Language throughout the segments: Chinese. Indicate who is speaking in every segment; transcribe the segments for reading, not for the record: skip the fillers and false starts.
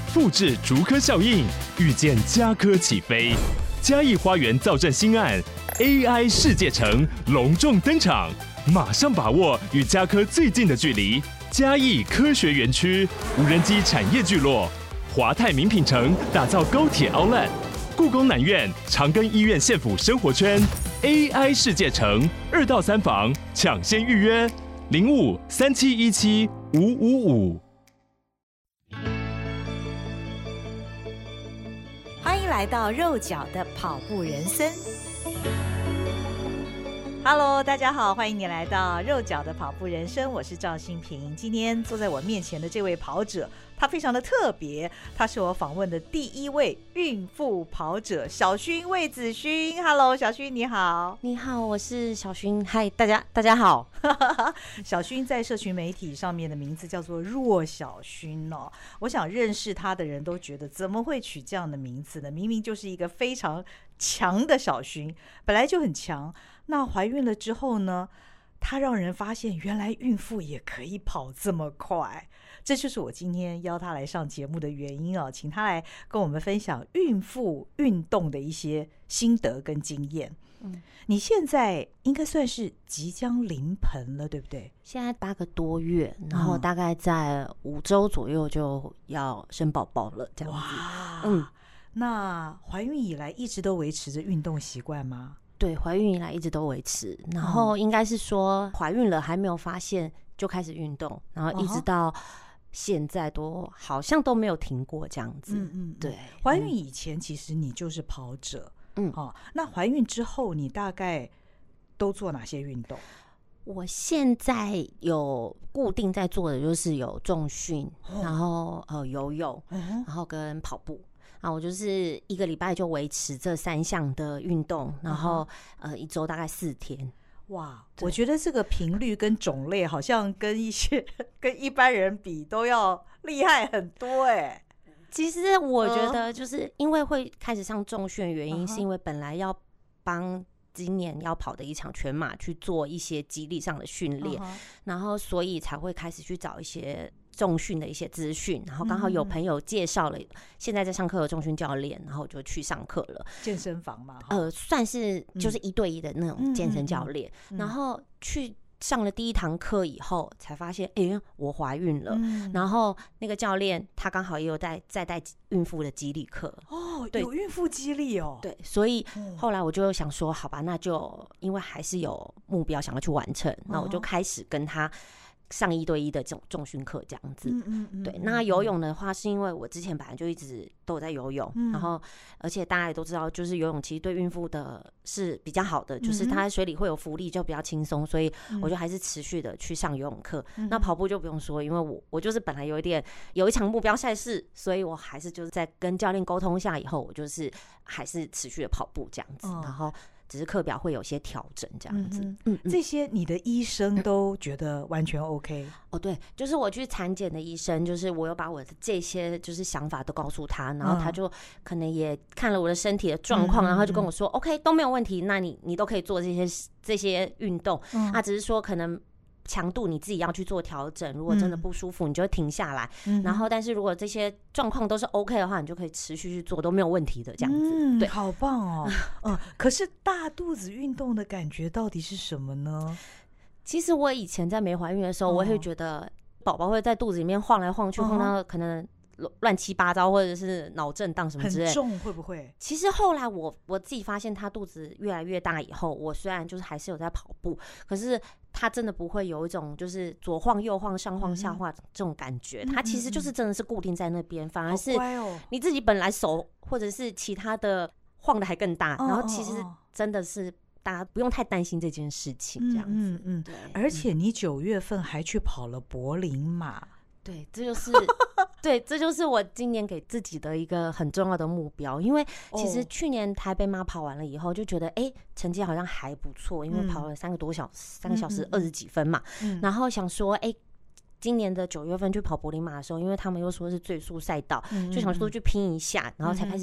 Speaker 1: 复制竹科效应，预见家科起飞。嘉义花园造镇新案 AI 世界城隆重登场，马上把握与家科最近的距离。嘉义科学园区、无人机产业聚落、华泰名品城打造高铁 Outlet、故宫南院、长庚医院县府生活圈 AI 世界城2到3房抢先预约0537175555。
Speaker 2: 欢迎来到肉脚的跑步人生。Hello， 大家好，欢迎你来到肉脚的跑步人生，我是赵心屏。今天坐在我面前的这位跑者，他非常的特别，他是我访问的第一位孕妇跑者小薰魏子薰。Hello， 小薰你好。
Speaker 3: 你好，我是小薰。嗨，大家好。
Speaker 2: 小薰在社群媒体上面的名字叫做弱小薰哦。我想认识他的人都觉得，怎么会取这样的名字呢？明明就是一个非常强的小薰，本来就很强。那怀孕了之后呢，她让人发现原来孕妇也可以跑这么快，这就是我今天邀她来上节目的原因啊，请她来跟我们分享孕妇运动的一些心得跟经验。你现在应该算是即将临盆了，对不对？
Speaker 3: 现在8个多月，然后大概在5周左右就要生宝宝了，这样子。
Speaker 2: 哇，那怀孕以来一直都维持着运动习惯吗？
Speaker 3: 对，怀孕以来一直都维持，然后应该是说怀孕了还没有发现就开始运动，然后一直到现在都好像都没有停过这样子。对。
Speaker 2: 怀孕以前其实你就是跑者，那怀孕之后你大概都做哪些运动？
Speaker 3: 我现在有固定在做的就是有重训，然后游泳，然后跟跑步。啊，我就是1个礼拜就维持这3项的运动，然后1周大概4天。
Speaker 2: 哇，我觉得这个频率跟种类好像跟一般人比都要厉害很多哎。
Speaker 3: 其实我觉得就是因为会开始上重训，原因是因为本来要帮今年要跑的一场全马去做一些肌力上的训练，然后所以才会开始去找一些重训的一些资讯，然后刚好有朋友介绍了现在在上课的重训教练，然后我就去上课了。
Speaker 2: 健身房嘛，
Speaker 3: 算是就是1对1的那种健身教练，然后去上了第1堂课以后，才发现我怀孕了。然后那个教练他刚好也有在带孕妇的肌力课
Speaker 2: 哦，有孕妇肌力哦。
Speaker 3: 对，所以后来我就想说，好吧，那就因为还是有目标想要去完成，那我就开始跟他上1对1的这种重训课这样子。对。那游泳的话，是因为我之前本来就一直都有在游泳，然后而且大家也都知道，就是游泳其实对孕妇的是比较好的，就是它在水里会有浮力，就比较轻松，所以我就还是持续的去上游泳课。那跑步就不用说，因为我就是本来有一场目标赛事，所以我还是就是在跟教练沟通下以后，我就是还是持续的跑步这样子，然后只是课表会有些调整这样子。
Speaker 2: 这些你的医生都觉得完全 OK？
Speaker 3: 哦，对，就是我去产检的医生，就是我有把我的这些就是想法都告诉他，然后他就可能也看了我的身体的状况，然后就跟我说 OK 都没有问题，那你都可以做这些运动，只是说可能强度你自己要去做调整，如果真的不舒服，你就会停下来。然后，但是如果这些状况都是 OK 的话，你就可以持续去做，都没有问题的这样子。对，
Speaker 2: 好棒哦。可是大肚子运动的感觉到底是什么呢？
Speaker 3: 其实我以前在没怀孕的时候，我会觉得宝宝会在肚子里面晃来晃去，晃到可能乱七八糟，或者是脑震荡什么之类的，
Speaker 2: 很重会不会？
Speaker 3: 其实后来我自己发现，他肚子越来越大以后，我虽然就是还是有在跑步，可是他真的不会有一种就是左晃右晃、上晃下晃这种感觉，他其实就是真的是固定在那边，反而是你自己本来手或者是其他的晃的还更大，然后其实真的是大家不用太担心这件事情，这样子。
Speaker 2: 而且你9月份还去跑了柏林马。
Speaker 3: 对，这就是我今年给自己的一个很重要的目标，因为其实去年台北马跑完了以后，就觉得成绩好像还不错，因为跑了3个小时20几分嘛，然后想说今年的9月份去跑柏林马的时候，因为他们又说是最速赛道，就想说去拼一下，然后才开始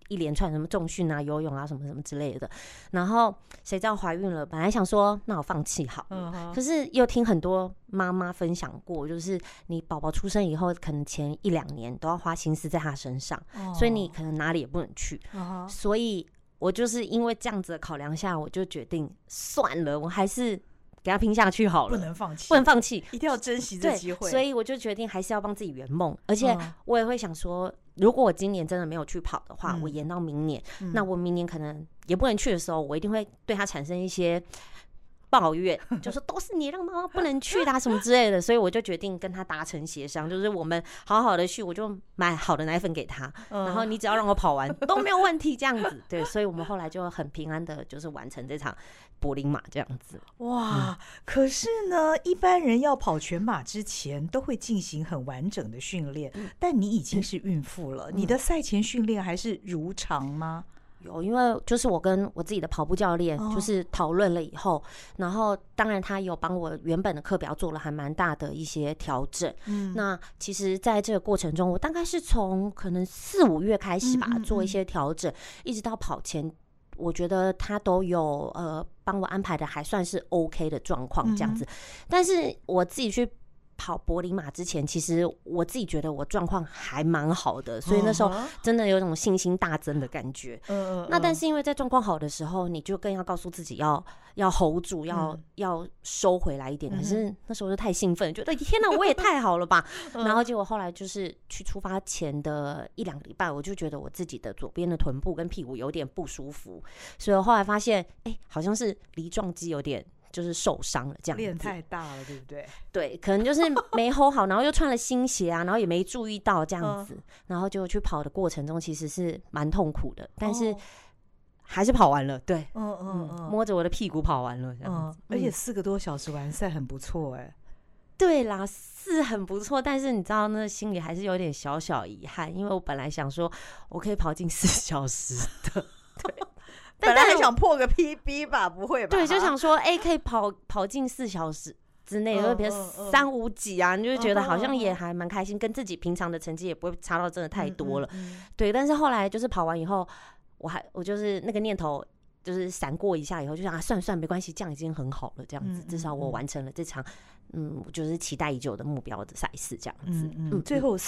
Speaker 3: 一连串什么重训啊、游泳啊什么什么之类的。然后谁知道怀孕了，本来想说那我放弃好了，可是又听很多妈妈分享过，就是你宝宝出生以后，可能前1-2年都要花心思在他身上，所以你可能哪里也不能去，所以我就是因为这样子的考量下，我就决定算了，我还是给他拼下去好了，
Speaker 2: 不能放弃，
Speaker 3: 不能放弃，
Speaker 2: 一定要珍惜这机会。
Speaker 3: 所以我就决定还是要帮自己圆梦，而且我也会想说，如果我今年真的没有去跑的话，我延到明年，那我明年可能也不能去的时候，我一定会对他产生一些抱怨，就说都是你让妈妈不能去啦什么之类的，所以我就决定跟他达成协商，就是我们好好的去，我就买好的奶粉给他，然后你只要让我跑完都没有问题，这样子。对，所以我们后来就很平安的，就是完成这场柏林马这样子。
Speaker 2: 哇，可是呢，一般人要跑全马之前都会进行很完整的训练，但你已经是孕妇了，你的赛前训练还是如常吗？
Speaker 3: 有，因为就是我跟我自己的跑步教练就是讨论了以后，然后当然他有帮我原本的课表做了还蛮大的一些调整。那其实在这个过程中，我大概是从可能4-5月开始吧，做一些调整，一直到跑前，我觉得他都有帮我安排的还算是 OK 的状况这样子。但是我自己去跑柏林马之前，其实我自己觉得我状况还蛮好的，所以那时候真的有种信心大增的感觉。那但是因为在状况好的时候，你就更要告诉自己要 hold 住，要收回来一点。可是那时候就太兴奋，觉得天哪，我也太好了吧！然后结果后来就是去出发前的1-2个礼拜，我就觉得我自己的左边的臀部跟屁股有点不舒服，所以我后来发现，好像是梨状肌有点就是受伤了，这样子
Speaker 2: 练太大了，对不对？
Speaker 3: 对，可能就是没 hold 好，然后又穿了新鞋啊，然后也没注意到这样子，然后就去跑的过程中其实是蛮痛苦的，但是还是跑完了。对，摸着我的屁股跑完了这样子，
Speaker 2: 而且4个多小时完赛很不错哎。
Speaker 3: 对啦，是很不错，但是你知道那心里还是有点小小遗憾，因为我本来想说我可以跑进4小时的，对。
Speaker 2: 本来还想破个 PB 吧，不会吧？
Speaker 3: 对，就想说，可以跑进4小时之内，就比如3-5几啊，你就觉得好像也还蛮开心，跟自己平常的成绩也不会差到真的太多了。对，但是后来就是跑完以后，我就是那个念头就是闪过一下以后，就想算了算了，没关系，这样已经很好了，这样子，至少我完成了这场就是期待已久的目标的赛事，这样子。
Speaker 2: 最后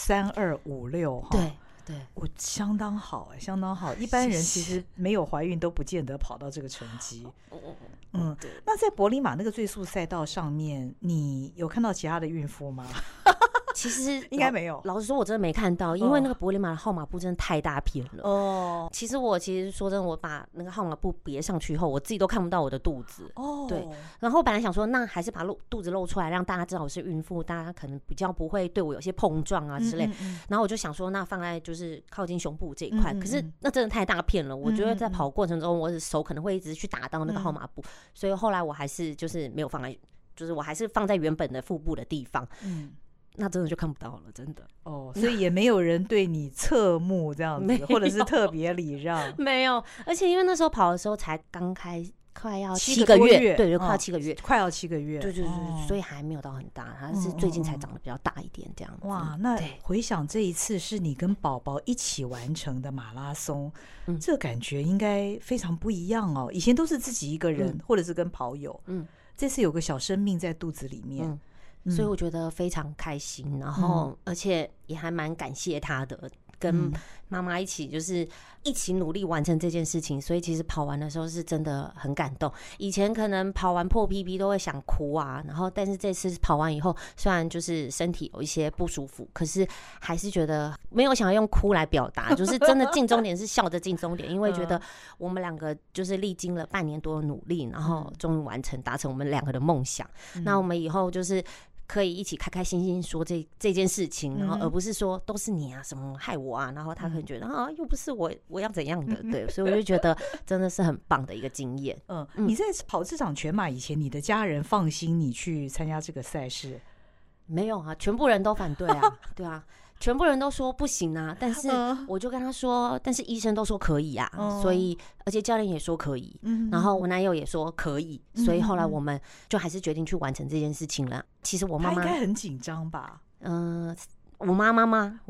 Speaker 2: 4:32:56，
Speaker 3: 对，
Speaker 2: 我相当好相当好。一般人其实没有怀孕都不见得跑到这个成绩。那在柏林马那个最速赛道上面，你有看到其他的孕妇吗？
Speaker 3: 其实
Speaker 2: 应该没有。
Speaker 3: 老实说，我真的没看到，因为那个柏林马的号码布真的太大片了。其实说真的，我把那个号码布别上去以后，我自己都看不到我的肚子。对。然后本来想说，那还是把肚子露出来，让大家知道我是孕妇，大家可能比较不会对我有些碰撞啊之类。然后我就想说，那放在就是靠近胸部这一块。可是那真的太大片了，我觉得在跑过程中，我的手可能会一直去打到那个号码布，所以后来我还是就是没有放在，就是我还是放在原本的腹部的地方。那真的就看不到了，真的。
Speaker 2: 所以也没有人对你侧目这样子，或者是特别礼让。
Speaker 3: 没有，而且因为那时候跑的时候才刚开，快要7个月，对，就快要7个月，
Speaker 2: 快要7个月，
Speaker 3: 对，所以还没有到很大，它是最近才长得比较大一点这样子。
Speaker 2: 哇，那回想这一次是你跟宝宝一起完成的马拉松，这感觉应该非常不一样哦。以前都是自己一个人，或者是跟跑友，这次有个小生命在肚子里面。
Speaker 3: 所以我觉得非常开心，然后而且也还蛮感谢他的，跟妈妈一起就是一起努力完成这件事情，所以其实跑完的时候是真的很感动。以前可能跑完破 PB 都会想哭啊，然后但是这次跑完以后，虽然就是身体有一些不舒服，可是还是觉得没有想要用哭来表达，就是真的进终点是笑着进终点，因为觉得我们2个就是历经了半年多的努力，然后终于完成达成我们2个的梦想。那我们以后就是可以一起开开心心说这件事情，然后而不是说都是你啊，什么害我啊，然后他可能觉得又不是我要怎样的，对，所以我就觉得真的是很棒的一个经验。
Speaker 2: 你在跑这场全马以前，你的家人放心你去参加这个赛事？
Speaker 3: 没有啊，全部人都反对啊，对啊。全部人都说不行啊，但是我就跟他说，但是医生都说可以啊，所以而且教练也说可以，然后我男友也说可以，所以后来我们就还是决定去完成这件事情了。其实我妈妈
Speaker 2: 应该很紧张吧？
Speaker 3: 我妈妈吗？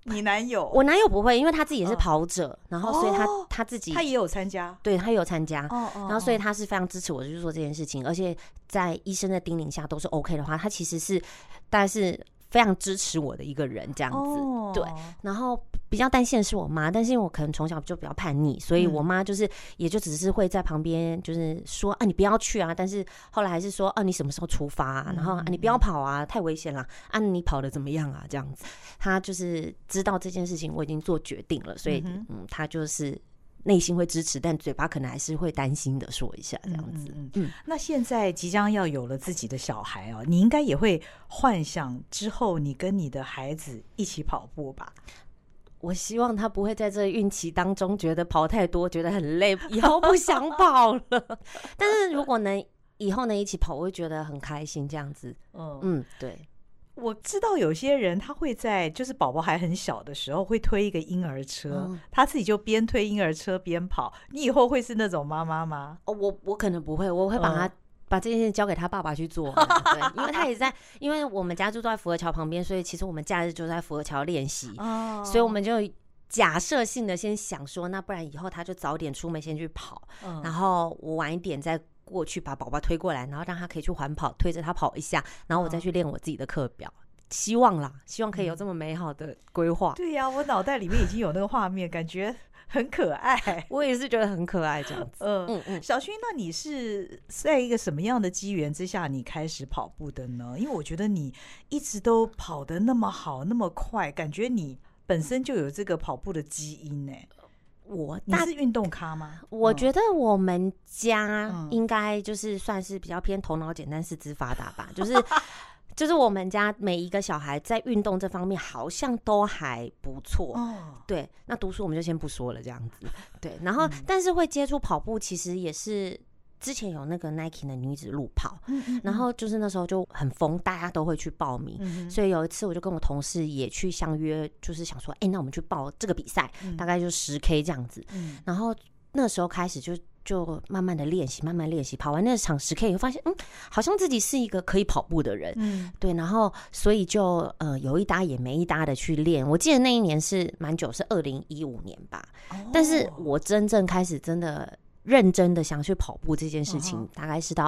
Speaker 2: 你男友？
Speaker 3: 我男友不会，因为他自己也是跑者，然后所以他自己
Speaker 2: 他也有参加，
Speaker 3: 对他也有参加，然后所以他是非常支持我去做这件事情，而且在医生的叮咛下都是 OK 的话，他其实是大概是非常支持我的一个人这样子，对。然后比较担心的是我妈，但是因为我可能从小就比较叛逆，所以我妈就是也就只是会在旁边就是说啊你不要去啊，但是后来还是说啊你什么时候出发啊，然后啊你不要跑啊太危险了啊你跑的怎么样啊这样子，她就是知道这件事情我已经做决定了，所以她就是内心会支持，但嘴巴可能还是会担心的说一下这样子。
Speaker 2: 那现在即将要有了自己的小孩哦，你应该也会幻想之后你跟你的孩子一起跑步吧？
Speaker 3: 我希望他不会在这孕期当中觉得跑太多，觉得很累，以后不想跑了。但是如果能以后能一起跑，我会觉得很开心这样子。对。
Speaker 2: 我知道有些人他会在就是宝宝还很小的时候会推一个婴儿车，他自己就边推婴儿车边跑。你以后会是那种妈妈吗？
Speaker 3: 我可能不会，我会把这件事交给他爸爸去做。对，因为他也在，因为我们家就在福和桥旁边，所以其实我们假日就在福和桥练习，所以我们就假设性的先想说，那不然以后他就早点出门先去跑，然后我晚一点再过去把宝宝推过来，然后让他可以去缓跑，推着他跑一下，然后我再去练我自己的课表。希望可以有这么美好的规划。
Speaker 2: 对呀，我脑袋里面已经有那个画面，感觉很可爱。
Speaker 3: 我也是觉得很可爱这样子。
Speaker 2: 小薰，那你是在一个什么样的机缘之下你开始跑步的呢？因为我觉得你一直都跑得那么好那么快，感觉你本身就有这个跑步的基因呢。你是运动咖吗？
Speaker 3: 我觉得我们家应该就是算是比较偏头脑简单四肢发达吧，就是我们家每一个小孩在运动这方面好像都还不错。对，那读书我们就先不说了这样子。对，然后但是会接触跑步其实也是之前有那个 Nike 的女子路跑，然后就是那时候就很疯，大家都会去报名，所以有一次我就跟我同事也去相约，就是想说那我们去报这个比赛，大概就10K 这样子。然后那时候开始就慢慢的练习，慢慢练习，跑完那场10K 以后发现好像自己是一个可以跑步的人。对，然后所以就有一搭也没一搭的去练。我记得那一年是蛮久，是2015年吧。但是我真正开始真的认真的想去跑步这件事情，大概是到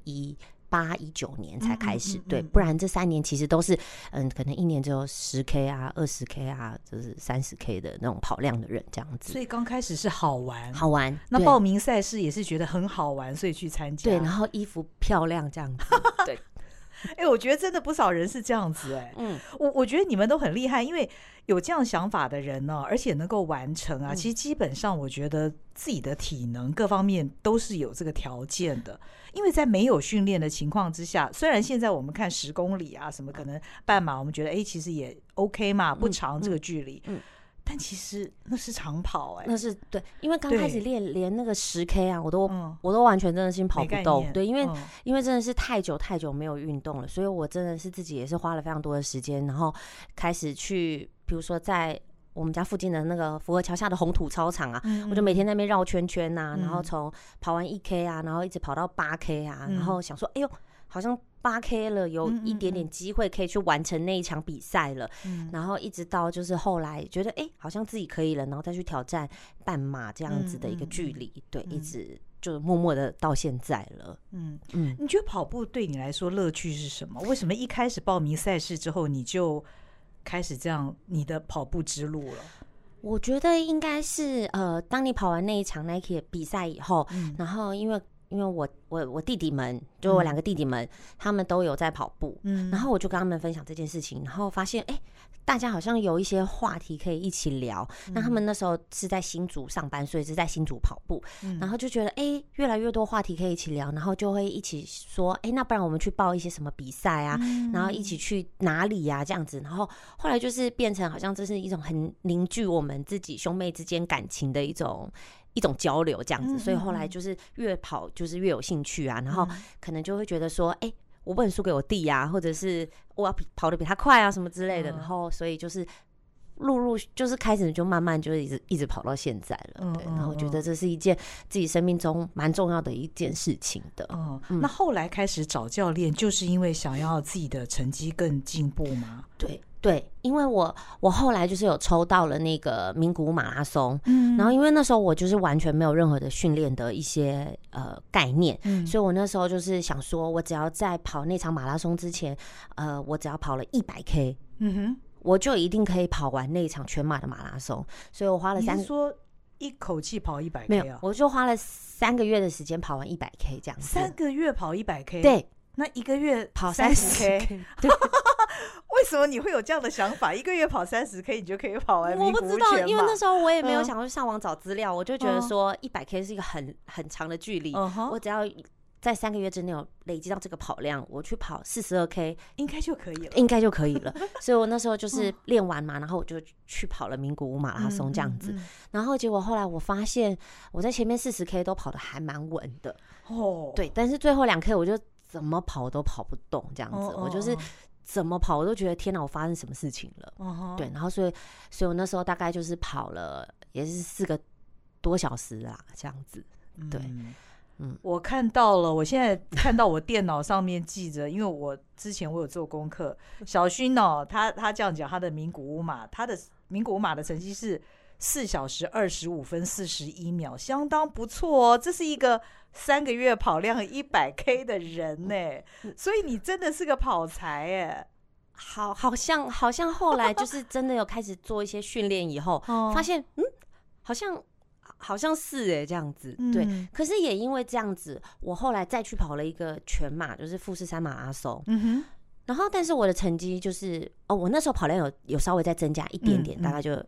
Speaker 3: 2018、19年才开始。对，不然这3年其实都是可能一年只有10K 啊、20K 啊，就是 30K 的那种跑量的人这样子。
Speaker 2: 所以刚开始是好玩，那
Speaker 3: 对
Speaker 2: 报名赛事也是觉得很好玩，所以去参加。
Speaker 3: 对，然后衣服漂亮这样子。对。
Speaker 2: 我觉得真的不少人是这样子。我觉得你们都很厉害，因为有这样想法的人呢，而且能够完成啊，其实基本上我觉得自己的体能各方面都是有这个条件的。因为在没有训练的情况之下，虽然现在我们看10公里啊什么可能半马，我们觉得其实也 OK 嘛，不长这个距离。但其实那是长跑。
Speaker 3: 那是对，因为刚开始练连那个10K 啊，我都完全真的是跑不动。对，因为真的是太久没有运动了，所以我真的是自己也是花了非常多的时间，然后开始去，比如说在我们家附近的那个福和桥下的红土操场啊，我就每天在那边绕圈圈啊，然后从跑完1K 啊，然后一直跑到8K 啊，然后想说，好像8K 了，有一点点机会可以去完成那一场比赛了。然后一直到就是后来觉得好像自己可以了，然后再去挑战半马这样子的一个距离。对，一直就默默的到现在了。
Speaker 2: 你觉得跑步对你来说乐趣是什么？为什么一开始报名赛事之后你就开始这样你的跑步之路了？
Speaker 3: 我觉得应该是当你跑完那一场 Nike 的比赛以后，然后因为我弟弟们，就我2个弟弟们，他们都有在跑步，然后我就跟他们分享这件事情，然后发现大家好像有一些话题可以一起聊。那他们那时候是在新竹上班，所以是在新竹跑步，然后就觉得越来越多话题可以一起聊，然后就会一起说那不然我们去报一些什么比赛啊，然后一起去哪里啊这样子。然后后来就是变成好像这是一种很凝聚我们自己兄妹之间感情的一种交流这样子，所以后来就是越跑就是越有兴趣啊，然后可能就会觉得说我不能输给我弟啊，或者是我要跑得比他快啊什么之类的，然后所以就是陆就是开始就慢慢就一直跑到现在了。对，然后我觉得这是一件自己生命中蛮重要的一件事情的。
Speaker 2: 那后来开始找教练，就是因为想要自己的成绩更进步吗？
Speaker 3: 对，因为我后来就是有抽到了那个名古屋马拉松，然后因为那时候我就是完全没有任何的训练的一些概念，所以我那时候就是想说，我只要在跑那场马拉松之前，我只要跑了100K，我就一定可以跑完那场全马的马拉松，所以我花了
Speaker 2: 你是说一口气跑100K 啊？
Speaker 3: 没有，我就花了3个月的时间跑完100K 这样子。
Speaker 2: 3个月跑100K？ 对，那1个月
Speaker 3: 跑30K。
Speaker 2: 对。为什么你会有这样的想法？1个月跑30K， 你就可以跑完名古屋全马？
Speaker 3: 我不知道，因为那时候我也没有想去上网找资料，我就觉得说100K 是一个很长的距离，我只要在3个月之内有累积到这个跑量，我去跑42K
Speaker 2: 应该就可以了，
Speaker 3: 所以我那时候就是练完嘛，然后我就去跑了名古屋马拉松这样子，然后结果后来我发现我在前面40K 都跑得还蛮稳的，对，但是最后2K 我就怎么跑都跑不动这样子，我就是怎么跑我都觉得天哪，我发生什么事情了，对，然后所以我那时候大概就是跑了也是4个多小时啦这样子，对。
Speaker 2: 我看到了，我现在看到我电脑上面记着，因为我之前我有做功课，小勋哦，他这样讲，他的名古屋马的成绩是4小时25分41秒，相当不错哦。这是一个3个月跑量100K 的人呢，所以你真的是个跑才哎。
Speaker 3: 好像后来就是真的有开始做一些训练以后，发现好像是这样子，对。可是也因为这样子，我后来再去跑了一个全马，就是富士山马拉松。然后但是我的成绩就是我那时候跑量有稍微再增加一点点，大概就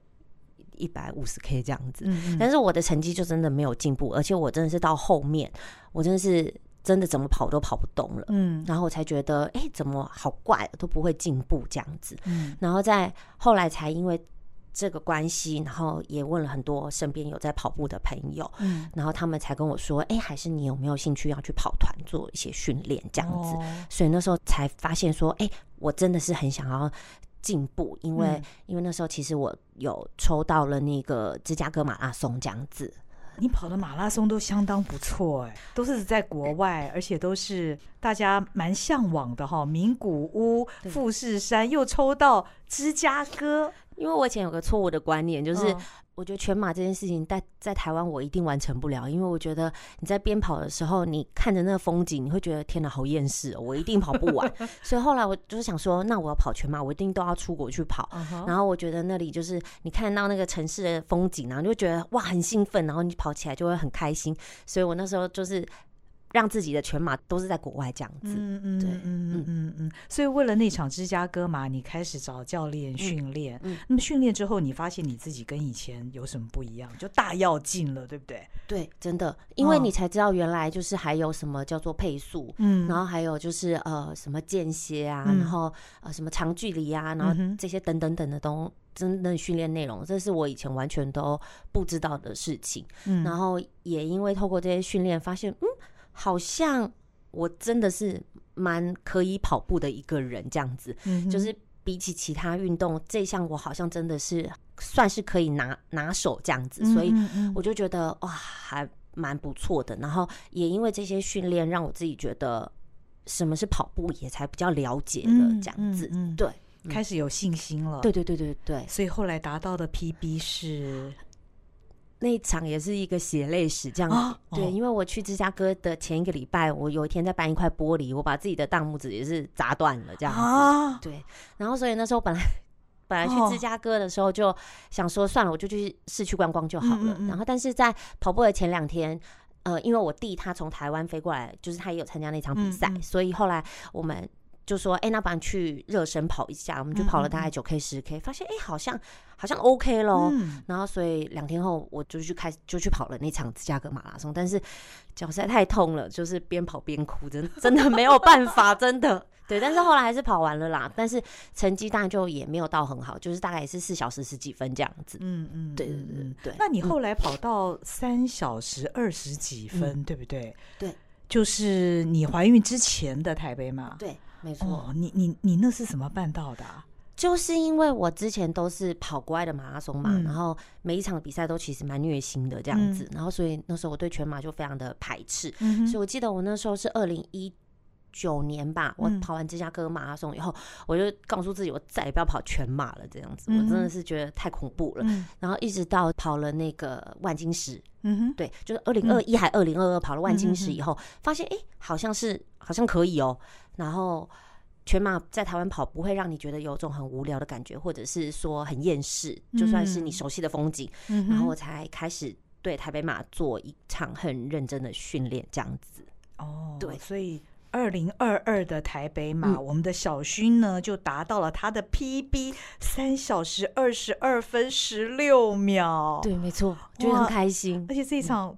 Speaker 3: 150K 这样子。但是我的成绩就真的没有进步，而且我真的是到后面，我真的怎么跑都跑不动了。然后我才觉得，怎么好怪，都不会进步这样子。然后再后来才因为这个关系，然后也问了很多身边有在跑步的朋友，然后他们才跟我说，还是你有没有兴趣要去跑团做一些训练这样子。所以那时候才发现说，我真的是很想要进步，因为那时候其实我有抽到了那个芝加哥马拉松这样子。
Speaker 2: 你跑的马拉松都相当不错都是在国外，而且都是大家蛮向往的哈。名古屋、富士山，又抽到芝加哥。
Speaker 3: 因为我以前有个错误的观念，就是我觉得全马这件事情在台湾我一定完成不了，因为我觉得你在边跑的时候，你看着那个风景，你会觉得天哪，好厌世我一定跑不完。所以后来我就是想说，那我要跑全马，我一定都要出国去跑。然后我觉得那里就是你看到那个城市的风景，然后你就觉得哇很兴奋，然后你跑起来就会很开心。所以我那时候就是让自己的全马都是在国外这样子。
Speaker 2: 所以为了那场芝加哥马，你开始找教练训练。那么训练之后，你发现你自己跟以前有什么不一样，就大跃进了，对不对？
Speaker 3: 对，真的，因为你才知道原来就是还有什么叫做配速，然后还有就是什么间歇啊，然后什么长距离啊，然后这些等等等的都真的训练内容，这是我以前完全都不知道的事情。然后也因为透过这些训练，发现好像我真的是蛮可以跑步的一个人这样子，就是比起其他运动，这项我好像真的是算是可以拿手这样子，所以我就觉得哇，还蛮不错的。然后也因为这些训练，让我自己觉得什么是跑步，也才比较了解了这样子，对，
Speaker 2: 开始有信心了。
Speaker 3: 对，
Speaker 2: 所以后来达到的 PB 是。
Speaker 3: 那一场也是一个血泪史这样子，对，因为我去芝加哥的前一个礼拜，我有一天在搬一块玻璃，我把自己的大拇指也是砸断了这样子，对，然后所以那时候本来去芝加哥的时候就想说算了，我就去市区观光就好了，然后但是在跑步的前2天，因为我弟他从台湾飞过来，就是他也有参加那场比赛，所以后来我们就说那不然去热身跑一下，我们就跑了大概9K 10K， 发现好像 OK 咯，然后所以2天后我就去跑了那场芝加哥马拉松，但是脚实在太痛了，就是边跑边哭，真的没有办法，真的。对，但是后来还是跑完了啦，但是成绩当然就也没有到很好，就是大概也是4小时10几分这样子。对。
Speaker 2: 那你后来跑到3小时20几分，对不对？
Speaker 3: 对，
Speaker 2: 就是你怀孕之前的台北马。
Speaker 3: 对，没错。
Speaker 2: 你那是怎么办到的啊？
Speaker 3: 就是因为我之前都是跑国外的马拉松嘛，然后每一场比赛都其实蛮虐心的这样子，然后所以那时候我对全马就非常的排斥，所以我记得我那时候是2019 9年吧，我跑完芝加哥马拉松以后，我就告诉自己，我再也不要跑全马了，这样子，我真的是觉得太恐怖了。然后一直到跑了那个万金石，对，就是2021还2022跑了万金石以后，发现好像可以哦。然后全马在台湾跑不会让你觉得有种很无聊的感觉，或者是说很厌世，就算是你熟悉的风景，然后我才开始对台北马做一场很认真的训练，这样子。对，
Speaker 2: 所以2022的台北马，我们的小勋呢就达到了他的 PB 3小时22分16秒。
Speaker 3: 对，没错，觉得很开心。
Speaker 2: 而且这一场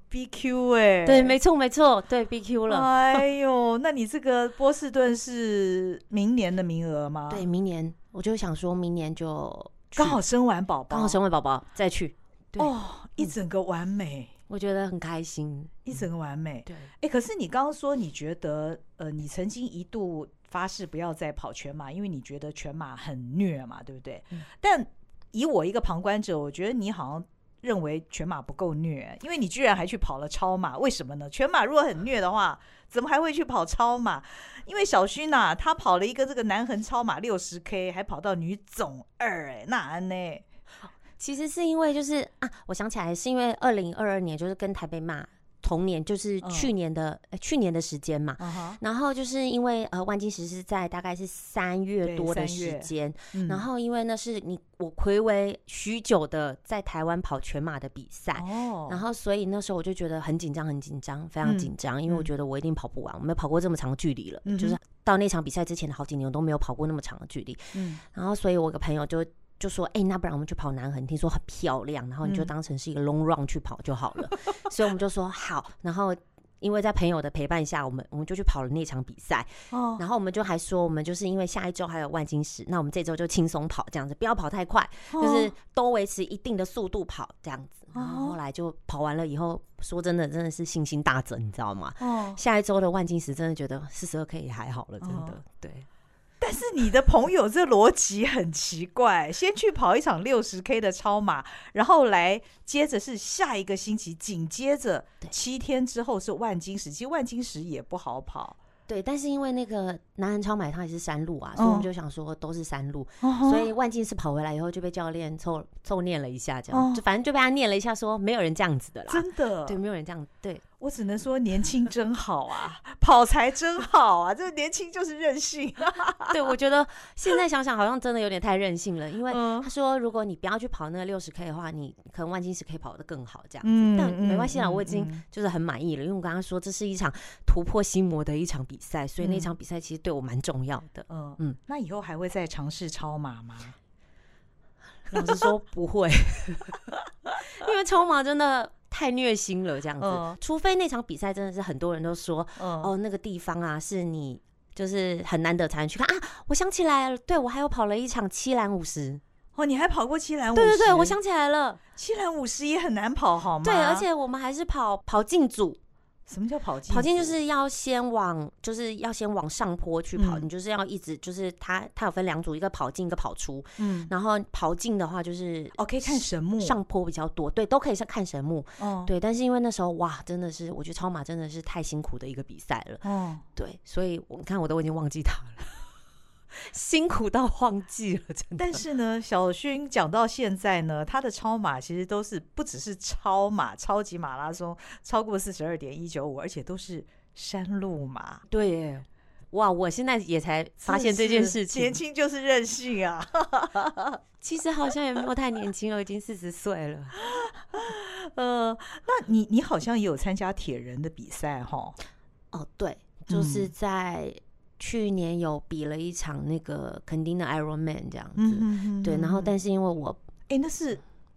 Speaker 2: BQ
Speaker 3: 对，没错，对 BQ 了。
Speaker 2: 哎呦，那你这个波士顿是明年的名额吗？
Speaker 3: 对，明年我就想说明年就
Speaker 2: 刚好生完宝宝
Speaker 3: 再去。
Speaker 2: 一整个完美。
Speaker 3: 我觉得很开心，
Speaker 2: 一整个完美。
Speaker 3: 对，
Speaker 2: 可是你刚刚说你觉得你曾经一度发誓不要再跑全马，因为你觉得全马很虐嘛，对不对？但以我一个旁观者，我觉得你好像认为全马不够虐，因为你居然还去跑了超马，为什么呢？全马如果很虐的话，怎么还会去跑超马？因为小勋啊，他跑了一个这个南横超马60K， 还跑到女总2，那安呢？
Speaker 3: 其实是因为就是我想起来是因为2022年就是跟台北马同年，就是去年的时间嘛。然后就是因为万金石是在大概是3月多的时间，然后因为那是我睽违许久的在台湾跑全马的比赛，然后所以那时候我就觉得很紧张，非常紧张，因为我觉得我一定跑不完，我没跑过这么长的距离了，就是到那场比赛之前的好几年我都没有跑过那么长的距离。然后所以我有个朋友就说那不然我们去跑南横，听说很漂亮，然后你就当成是一个 long run 去跑就好了。所以我们就说好，然后因为在朋友的陪伴下，我们就去跑了那场比赛。然后我们就还说，我们就是因为下一周还有万金石，那我们这周就轻松跑这样子，不要跑太快，就是都维持一定的速度跑这样子。然后后来就跑完了以后，说真的是信心大增，你知道吗？下一周的万金石真的觉得42K 也还好了，真的。对。
Speaker 2: 但是你的朋友这逻辑很奇怪，先去跑一场60K 的超马，然后来接着是下一个星期，紧接着7天之后是万金石，其实万金石也不好跑。
Speaker 3: 对，但是因为那个南横超马它也是山路啊，所以我们就想说都是山路，所以万金石跑回来以后就被教练凑念了一下，这样就反正就被他念了一下，说没有人这样子的啦，
Speaker 2: 真的，
Speaker 3: 对，没有人这样，对。
Speaker 2: 我只能说年轻真好啊，跑才真好啊，这年轻就是任性。
Speaker 3: 对，我觉得现在想想好像真的有点太任性了，因为他说如果你不要去跑那个60K 的话，你可能万金石可以跑得更好这样子。但没关系啦，我已经就是很满意了，因为我刚刚说这是一场突破心魔的一场比赛，所以那场比赛其实对我蛮重要的。
Speaker 2: 那以后还会再尝试超马吗？
Speaker 3: 老实说不会，因为超马真的太虐心了，这样子。除非那场比赛真的是很多人都说，那个地方啊，是你就是很难得才能去看啊。我想起来了，对，我还有跑了一场7栏50。
Speaker 2: 你还跑过7栏50？
Speaker 3: 对，我想起来了
Speaker 2: ，7栏50也很难跑，好吗？
Speaker 3: 对，而且我们还是跑竞组。
Speaker 2: 什么叫跑竞？
Speaker 3: 跑竞就是要先往上坡去跑，你就是要一直就是它有分2组，一个跑进一个跑出。然后跑进的话就是
Speaker 2: 可以看神木，
Speaker 3: 上坡比较多，对，都可以看神木。对，但是因为那时候哇，真的是我觉得超马真的是太辛苦的一个比赛了。对，所以你看我都已经忘记它了。辛苦到忘记了，真的。
Speaker 2: 但是呢，小勋讲到现在呢，他的超马其实都是不只是超马、超级马拉松，超过42.195，而且都是山路马。
Speaker 3: 对耶，哇！我现在也才发现这件事情，
Speaker 2: 年轻就是任性啊。
Speaker 3: 其实好像也没有太年轻了，已经40岁了。
Speaker 2: 那你好像也有参加铁人的比赛哈？
Speaker 3: 对，就是在。去年有比了一场那个垦丁的 Ironman 这样子，对，然后但是因为我
Speaker 2: 那是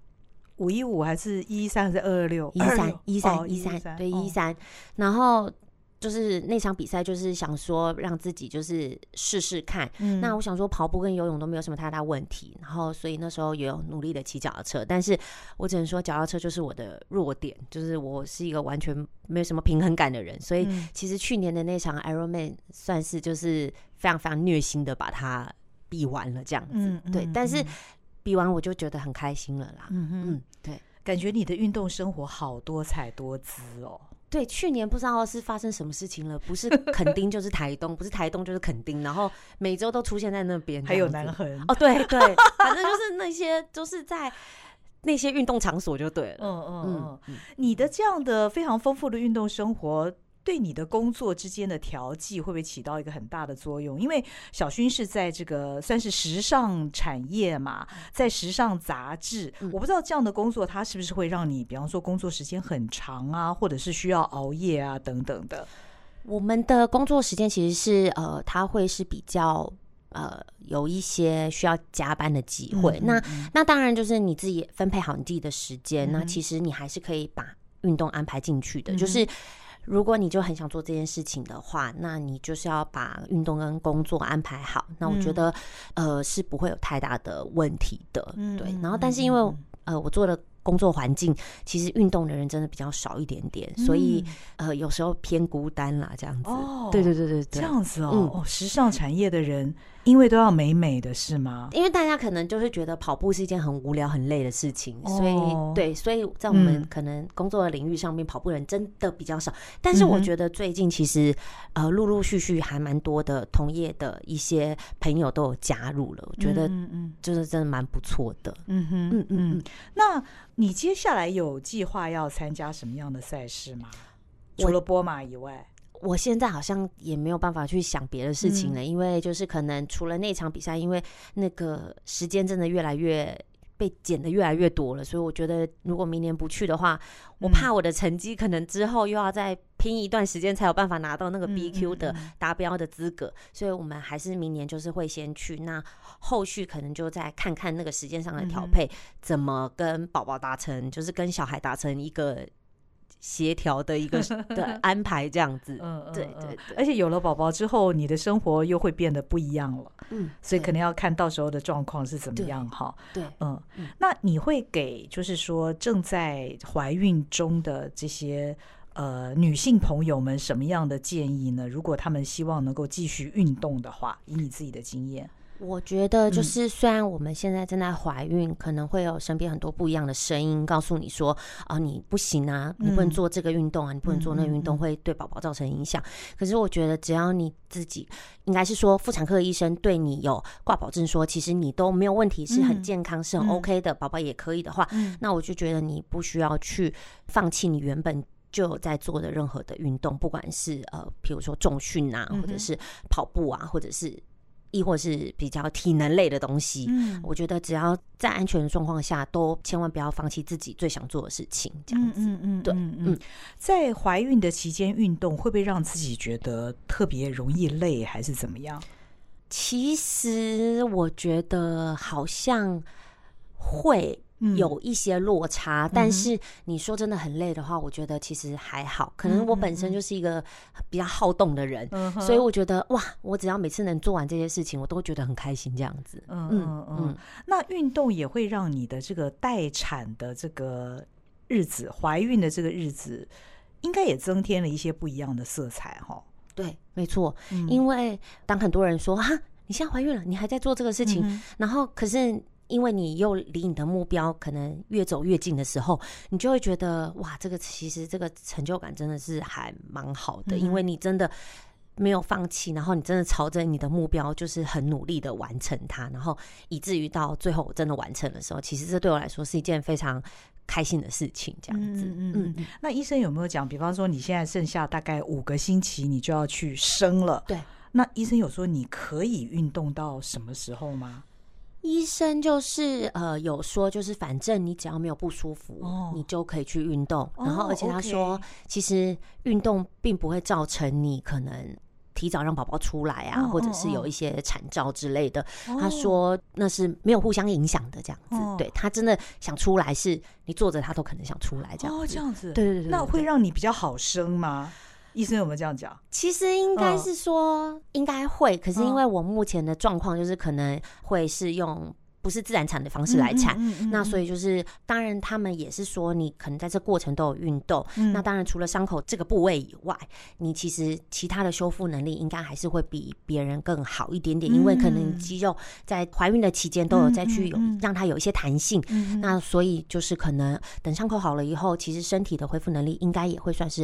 Speaker 2: 515还是113还是
Speaker 3: 226？113，对113，然后就是那场比赛就是想说让自己就是试试看，那我想说跑步跟游泳都没有什么太大问题，然后所以那时候也有努力的骑脚踏车，但是我只能说脚踏车就是我的弱点，就是我是一个完全没有什么平衡感的人，所以其实去年的那场 Ironman 算是就是非常非常虐心的把它比完了这样子，对，但是比完我就觉得很开心了啦，对，
Speaker 2: 感觉你的运动生活好多彩多姿哦。
Speaker 3: 对，去年不知道是发生什么事情了，不是垦丁就是台东，不是台东就是垦丁，然后每周都出现在那边，
Speaker 2: 还有南横
Speaker 3: 哦，对对，反正就是那些就是在那些运动场所就对了。
Speaker 2: 你的这样的非常丰富的运动生活，对你的工作之间的调剂会不会起到一个很大的作用？因为小薰是在这个算是时尚产业嘛，在时尚杂志，我不知道这样的工作它是不是会让你，比方说工作时间很长啊，或者是需要熬夜啊等等的。
Speaker 3: 我们的工作时间其实是它会是比较有一些需要加班的机会。那当然就是你自己分配好你自己的时间，那其实你还是可以把运动安排进去的。就是如果你就很想做这件事情的话，那你就是要把运动跟工作安排好。那我觉得是不会有太大的问题的。对，然后但是因为我做的工作环境其实运动的人真的比较少一点点，所以有时候偏孤单啦，这样子。对对对对对，
Speaker 2: 这样子哦。时尚产业的人因为都要美美的是吗？
Speaker 3: 因为大家可能就是觉得跑步是一件很无聊很累的事情，所以对，所以在我们可能工作的领域上面，跑步人真的比较少。但是我觉得最近其实陆陆续续还蛮多的同业的一些朋友都有加入了，我觉得就是真的蛮不错的。
Speaker 2: 那你接下来有计划要参加什么样的赛事吗？除了波马以外？
Speaker 3: 我现在好像也没有办法去想别的事情了，因为就是可能除了那场比赛，因为那个时间真的越来越被减的越来越多了，所以我觉得如果明年不去的话，我怕我的成绩可能之后又要再拼一段时间才有办法拿到那个 BQ 的达标的资格，所以我们还是明年就是会先去，那后续可能就再看看那个时间上的调配怎么跟宝宝达成，就是跟小孩达成一个协调的一个的安排这样子。对对对，
Speaker 2: 而且有了宝宝之后，你的生活又会变得不一样了。所以可能要看到时候的状况是怎么样哈。
Speaker 3: 对，
Speaker 2: 那你会给就是说正在怀孕中的这些女性朋友们什么样的建议呢？如果他们希望能够继续运动的话，以你自己的经验。
Speaker 3: 我觉得就是虽然我们现在正在怀孕，可能会有身边很多不一样的声音告诉你说你不行啊，你不能做这个运动啊，你不能做那个运动，会对宝宝造成影响。可是我觉得只要你自己，应该是说妇产科医生对你有挂保证说其实你都没有问题，是很健康，是很 OK 的，宝宝也可以的话，那我就觉得你不需要去放弃你原本就有在做的任何的运动，不管是比如说重训啊，或者是跑步啊，或者是亦或是比较体能类的东西，我觉得只要在安全的状况下，都千万不要放弃自己最想做的事情，这样子。对，
Speaker 2: 在怀孕的期间运动会不会让自己觉得特别容易累，还是怎么样？
Speaker 3: 其实我觉得好像会有一些落差，但是你说真的很累的话，我觉得其实还好。可能我本身就是一个比较好动的人，所以我觉得哇，我只要每次能做完这些事情，我都觉得很开心这样子。
Speaker 2: 那运动也会让你的这个待产的这个日子，怀孕的这个日子，应该也增添了一些不一样的色彩哈。
Speaker 3: 对，没错，因为当很多人说哈，你现在怀孕了，你还在做这个事情，然后可是因为你又离你的目标可能越走越近的时候，你就会觉得哇，这个其实这个成就感真的是还蛮好的，因为你真的没有放弃，然后你真的朝着你的目标就是很努力的完成它，然后以至于到最后我真的完成的时候，其实这对我来说是一件非常开心的事情，这样子。
Speaker 2: 那医生有没有讲，比方说你现在剩下大概5个星期你就要去生了，
Speaker 3: 对，
Speaker 2: 那医生有说你可以运动到什么时候吗？
Speaker 3: 医生就是有说，就是反正你只要没有不舒服，你就可以去运动。然后而且他说，其实运动并不会造成你可能提早让宝宝出来啊，或者是有一些产兆之类的。他说那是没有互相影响的，这样子。对，他真的想出来，是你坐着他都可能想出来这样子。
Speaker 2: 这样子。
Speaker 3: 对对对对。
Speaker 2: 那会让你比较好生吗？医生有没有这样讲？
Speaker 3: 其实应该是说应该会，可是因为我目前的状况就是可能会是用不是自然产的方式来产，那所以就是当然他们也是说你可能在这过程都有运动，那当然除了伤口这个部位以外，你其实其他的修复能力应该还是会比别人更好一点点，因为可能肌肉在怀孕的期间都有再去让它有一些弹性，那所以就是可能等伤口好了以后，其实身体的恢复能力应该也会算是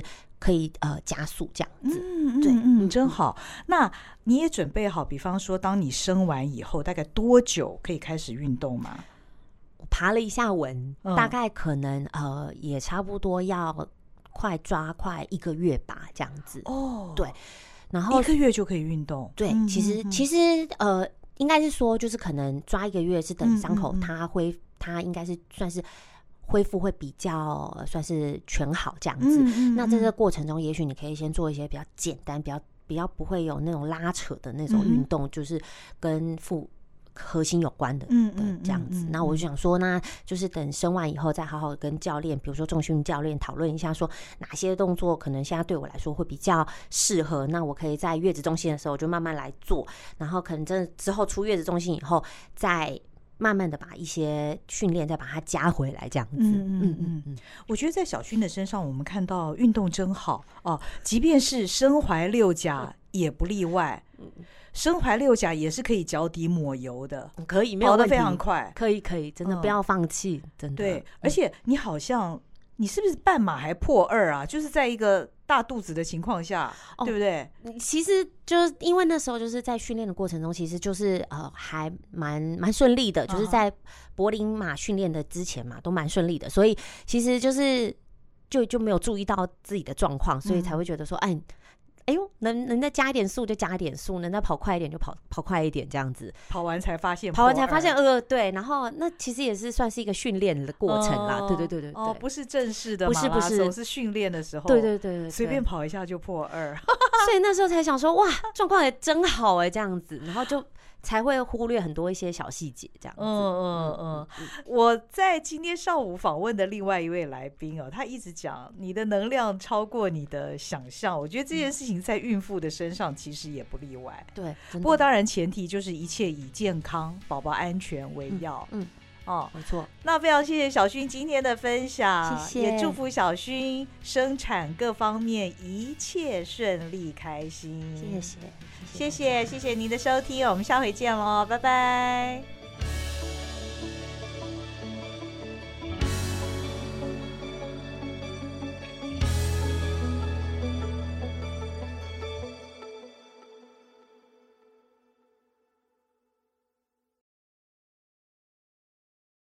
Speaker 3: 可以加速这样子。
Speaker 2: 对，真好。那你也准备好，比方说，当你生完以后，大概多久可以开始运动吗？
Speaker 3: 我爬了一下文，大概可能也差不多要快1个月吧，这样子。哦，对，然后
Speaker 2: 1个月就可以运动。
Speaker 3: 对，其实应该是说，就是可能抓1个月是等伤口它应该是算是恢复会比较算是全好这样子。那在这个过程中，也许你可以先做一些比较简单、比较不会有那种拉扯的那种运动，就是跟核心有关的这样子。那我就想说，那就是等生完以后，再好好跟教练，比如说重训教练讨论一下，说哪些动作可能现在对我来说会比较适合。那我可以在月子中心的时候就慢慢来做，然后可能真的之后出月子中心以后，再慢慢的把一些训练再把它加回来，这样子。
Speaker 2: 我觉得在小薰的身上，我们看到运动真好哦，即便是身怀6甲也不例外。身怀6甲也是可以脚底抹油的，
Speaker 3: 可以，没有问题，
Speaker 2: 跑得非常快，
Speaker 3: 可以，真的不要放弃，真的。
Speaker 2: 对，而且你好像你是不是半马还破2啊？就是在一个大肚子的情况下，对不对？
Speaker 3: 其实就是因为那时候就是在训练的过程中，其实就是还蛮顺利的，就是在柏林马训练的之前嘛，都蛮顺利的，所以其实就是就没有注意到自己的状况，所以才会觉得说，哎呦，能再加一点速就加一点速，能再跑快一点就跑快一点，这样子。
Speaker 2: 跑完才发现，
Speaker 3: 对，然后那其实也是算是一个训练的过程啦。对。
Speaker 2: 哦，不是正式的马拉松，是训练的时候。
Speaker 3: 对，
Speaker 2: 随便跑一下就破2。
Speaker 3: 所以那时候才想说，哇，状况也真好这样子，然后就才会忽略很多一些小细节这样子。
Speaker 2: 我在今天上午访问的另外一位来宾他一直讲你的能量超过你的想象。我觉得这件事情在孕妇的身上其实也不例外。
Speaker 3: 对，
Speaker 2: 不过当然前提就是一切以健康、宝宝安全为要。
Speaker 3: 没错。
Speaker 2: 那非常谢谢小薰今天的分享，
Speaker 3: 谢谢，
Speaker 2: 也祝福小薰生产各方面一切顺利开心。
Speaker 3: 谢谢您的收听，我们下回见喽，拜拜。